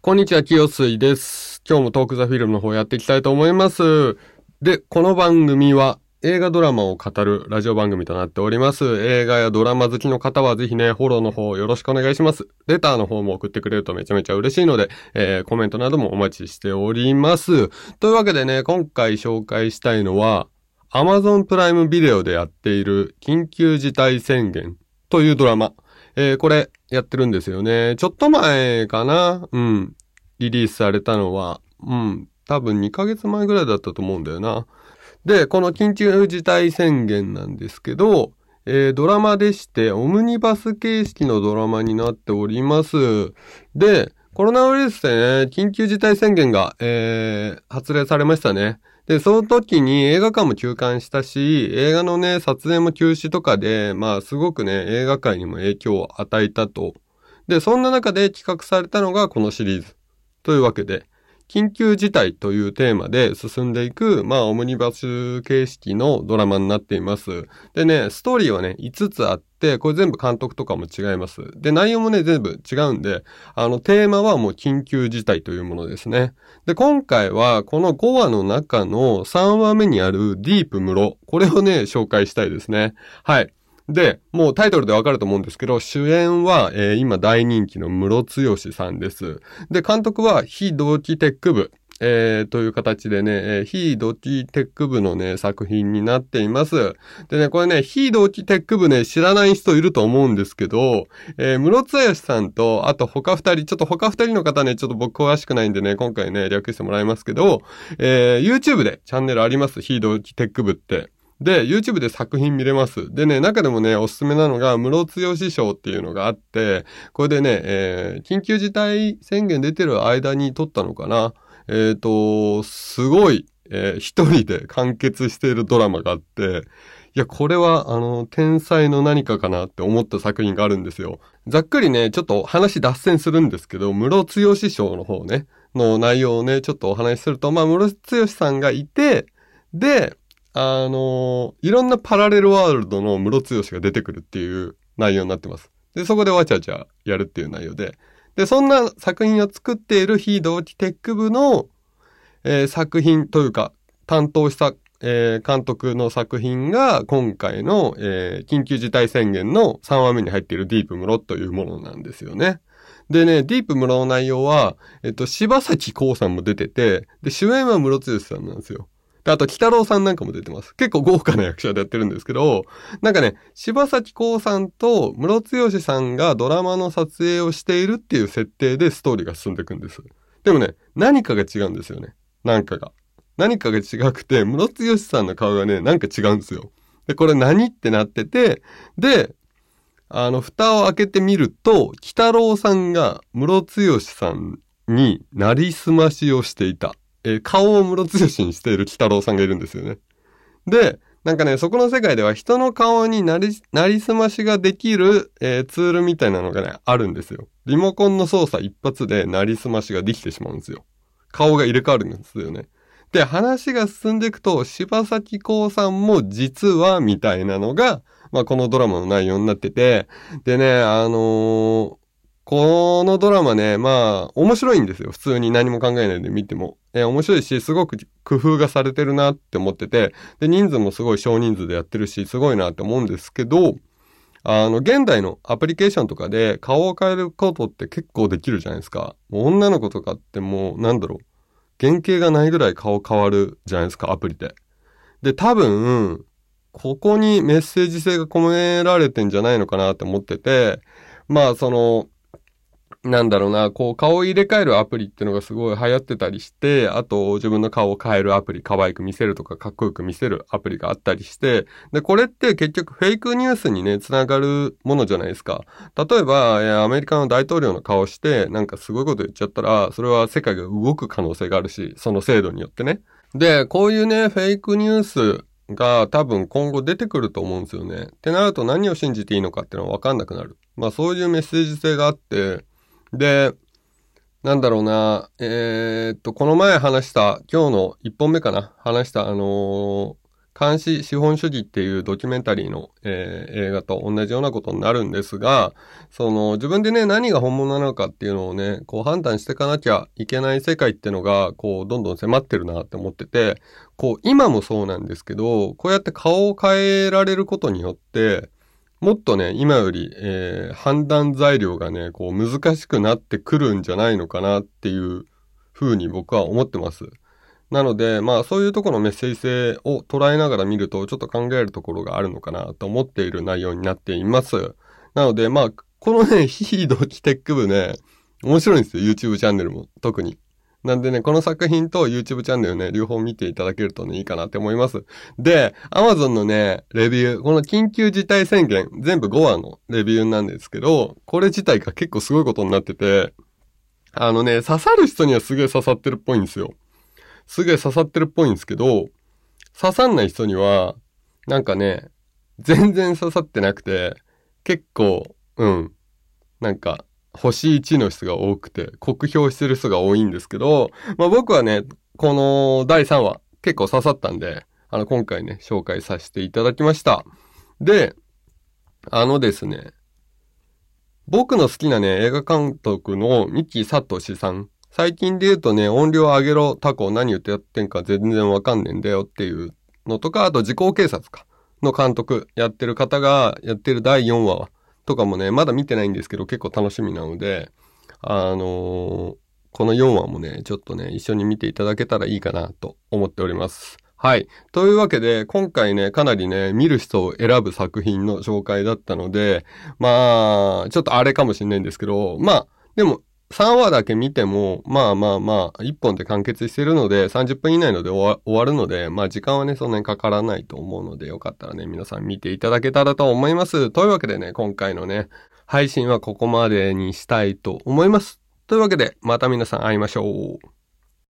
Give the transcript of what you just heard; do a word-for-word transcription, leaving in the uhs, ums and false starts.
こんにちは、清水です。今日もトークザフィルムの方やっていきたいと思います。で、この番組は映画ドラマを語るラジオ番組となっております。映画やドラマ好きの方はぜひね、フォローの方よろしくお願いします。レターの方も送ってくれるとめちゃめちゃ嬉しいので、えー、コメントなどもお待ちしております。というわけでね、今回紹介したいのは、Amazon プライムビデオでやっている緊急事態宣言というドラマ。えー、これやってるんですよね。ちょっと前かなうん。リリースされたのは、うん。多分にかげつまえぐらいだったと思うんだよな。で、この緊急事態宣言なんですけど、えー、ドラマでして、オムニバス形式のドラマになっております。で、コロナウイルスでね、緊急事態宣言が、えー、発令されましたね。で、その時に映画館も休館したし、映画のね、撮影も休止とかで、まあ、すごくね、映画界にも影響を与えたと。で、そんな中で企画されたのがこのシリーズ。というわけで、緊急事態というテーマで進んでいく、まあ、オムニバス形式のドラマになっています。でね、ストーリーはね、いつつあって、これ全部監督とかも違います。で、内容もね、全部違うんで、あの、テーマはもう緊急事態というものですね。で、今回は、このごわの中のさんわめにあるディープ室、これをね、紹介したいですね。はい。で、もうタイトルでわかると思うんですけど、主演は、えー、今大人気のムロツヨシさんです。で、監督は非同期テック部、えー、という形でね、えー、非同期テック部のね、作品になっています。でね、これね、非同期テック部ね、知らない人いると思うんですけど、えー、ムロツヨシさんと、あと他二人、ちょっと他二人の方ね、ちょっと僕詳しくないんでね、今回ね、略してもらいますけど、えー、YouTube でチャンネルあります、非同期テック部って。で、YouTube で作品見れます。でね、中でもね、おすすめなのが、ムロツヨシ賞っていうのがあって、これでね、えー、緊急事態宣言出てる間に撮ったのかな。えっと、すごい、えー、一人で完結しているドラマがあって、いや、これは、あの、天才の何かかなって思った作品があるんですよ。ざっくりね、ちょっと話脱線するんですけど、ムロツヨシ賞の方ね、の内容をね、ちょっとお話しすると、まあ、ムロツヨシさんがいて、で、あのー、いろんなパラレルワールドのムロツヨシが出てくるっていう内容になってます。で、そこでわちゃわちゃやるっていう内容で。で、そんな作品を作っている非同期テック部の、えー、作品というか、担当した、えー、監督の作品が今回の、えー、緊急事態宣言のさんわめに入っているディープムロというものなんですよね。でね、ディープムロの内容は、えっと、柴咲コウさんも出てて、で、主演はムロツヨシさんなんですよ。あと、北郎さんなんかも出てます。結構豪華な役者でやってるんですけど、なんかね、柴咲コウさんとムロツヨシさんがドラマの撮影をしているっていう設定でストーリーが進んでいくんです。でもね、何かが違うんですよね。なんかが。何かが違くて、ムロツヨシさんの顔がね、なんか違うんですよ。で、これ何ってなってて、で、あの、蓋を開けてみると、北郎さんがムロツヨシさんになりすましをしていた。えー、顔をムロツヨシにしている鬼太郎さんがいるんですよね。で、なんかね、そこの世界では人の顔になり、なりすましができる、えー、ツールみたいなのがね、あるんですよ。リモコンの操作一発でなりすましができてしまうんですよ。顔が入れ替わるんですよね。で、話が進んでいくと、柴咲コウさんも実は、みたいなのが、まあ、このドラマの内容になってて、でね、あのーこのドラマね、まあ、面白いんですよ。普通に何も考えないで見ても。えー面白いし、すごく工夫がされてるなって思ってて、で、人数もすごい少人数でやってるし、すごいなって思うんですけど、あの、現代のアプリケーションとかで顔を変えることって結構できるじゃないですか。もう女の子とかってもう、なんだろう。原型がないぐらい顔変わるじゃないですか、アプリで。で、多分、ここにメッセージ性が込められてんじゃないのかなって思ってて、まあ、その、なんだろうな、こう顔を入れ替えるアプリっていうのがすごい流行ってたりして、あと自分の顔を変えるアプリ、可愛く見せるとかかっこよく見せるアプリがあったりして、で、これって結局フェイクニュースにね、つながるものじゃないですか。例えば、えーアメリカの大統領の顔して、なんかすごいこと言っちゃったら、それは世界が動く可能性があるし、その制度によってね。で、こういうね、フェイクニュースが多分今後出てくると思うんですよね。ってなると何を信じていいのかっていうのはわかんなくなる。まあそういうメッセージ性があって、で、なんだろうな、えーっと、この前話した、今日のいっぽんめかな、話した、あのー監視資本主義っていうドキュメンタリーの、えー映画と同じようなことになるんですが、その自分でね、何が本物なのかっていうのをね、こう判断していかなきゃいけない世界っていうのが、こうどんどん迫ってるなって思ってて、こう今もそうなんですけど、こうやって顔を変えられることによって、もっとね、今より、えー判断材料がね、こう難しくなってくるんじゃないのかなっていうふうに僕は思ってます。なので、まあそういうところのメッセージ性を捉えながら見るとちょっと考えるところがあるのかなと思っている内容になっています。なので、まあこのね、ヒヒドキテック部ね、面白いんですよ、YouTube チャンネルも特に。なんでね、この作品と YouTube チャンネルね、両方見ていただけるとね、いいかなって思います。で、Amazon のね、レビュー、この緊急事態宣言、全部ごわのレビューなんですけど、これ自体が結構すごいことになってて、あのね、刺さる人にはすげえ刺さってるっぽいんですよ。すげえ刺さってるっぽいんですけど、刺さんない人には、なんかね、全然刺さってなくて、結構、うん、なんか、星いちの人が多くて、酷評してる人が多いんですけど、まあ僕はね、このだいさんわ、結構刺さったんで、あの、今回ね、紹介させていただきました。で、あのですね、僕の好きなね、映画監督の三木聡さん。最近で言うとね、音量上げろ、タコ何言ってやってんか全然わかんねえんだよっていうのとか、あと時効警察かの監督やってる方がやってるだいよんわとかもね、まだ見てないんですけど結構楽しみなので、あのーこのよんわもね、ちょっとね、一緒に見ていただけたらいいかなと思っております。はい。というわけで、今回ね、かなりね、見る人を選ぶ作品の紹介だったので、まあ、ちょっとあれかもしれないんですけど、まあ、でも、さんわだけ見ても、まあまあまあ、いっぽんで完結してるので、さんじゅっぷん以内ので終わ終わるので、まあ時間はね、そんなにかからないと思うので、よかったらね、皆さん見ていただけたらと思います。というわけでね、今回のね、配信はここまでにしたいと思います。というわけで、また皆さん会いましょう。